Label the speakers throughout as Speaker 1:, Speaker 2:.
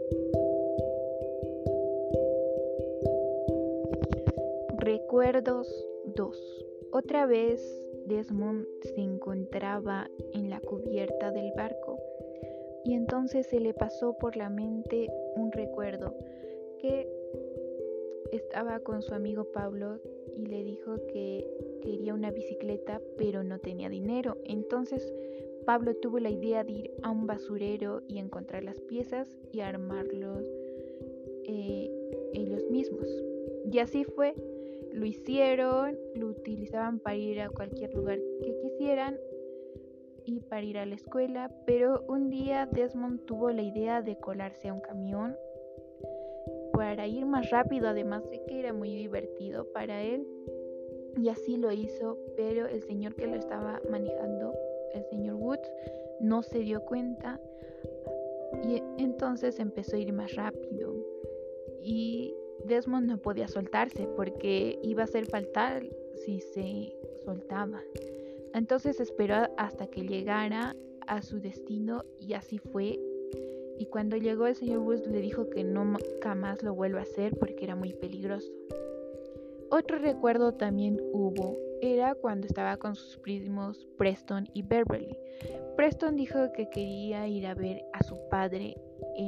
Speaker 1: Recuerdos 2. Otra vez Desmond se encontraba en la cubierta del barco y entonces se le pasó por la mente un recuerdo que estaba con su amigo Pablo y le dijo que quería una bicicleta pero no tenía dinero. Entonces Pablo tuvo la idea de ir a un basurero y encontrar las piezas y armarlos ellos mismos. Y así fue. Lo hicieron, lo utilizaban para ir a cualquier lugar que quisieran y para ir a la escuela, pero un día Desmond tuvo la idea de colarse a un camión para ir más rápido, además de que era muy divertido para él, y así lo hizo, pero el señor que lo estaba manejando, el señor Woods, no se dio cuenta y entonces empezó a ir más rápido y Desmond no podía soltarse porque iba a hacer fatal si se soltaba. Entonces esperó hasta que llegara a su destino y así fue. Y cuando llegó el señor Woods le dijo que nunca más lo vuelva a hacer porque era muy peligroso. Otro recuerdo también era cuando estaba con sus primos Preston y Beverly. Preston dijo que quería ir a ver a su padre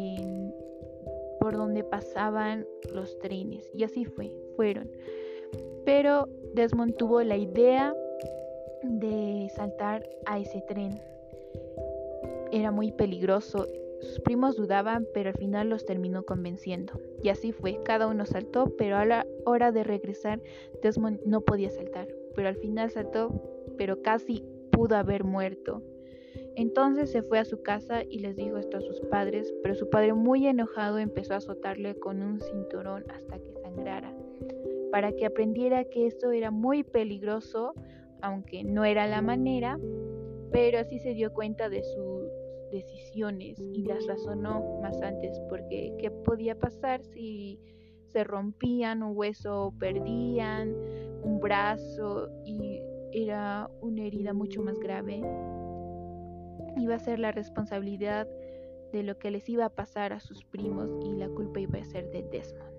Speaker 1: por donde pasaban los trenes y así fueron. Pero Desmond tuvo la idea de saltar a ese tren. Era muy peligroso. Sus primos dudaban, pero al final los terminó convenciendo. Y así fue, cada uno saltó, pero a la hora de regresar Desmond no podía saltar. Pero al final saltó, pero casi pudo haber muerto. Entonces se fue a su casa y les dijo esto a sus padres, pero su padre muy enojado empezó a azotarle con un cinturón hasta que sangrara, para que aprendiera que esto era muy peligroso, aunque no era la manera, pero así se dio cuenta de sus decisiones y las razonó más antes, porque ¿qué podía pasar si se rompían un hueso o perdían un brazo y era una herida mucho más grave? Iba a ser la responsabilidad de lo que les iba a pasar a sus primos y la culpa iba a ser de Desmond.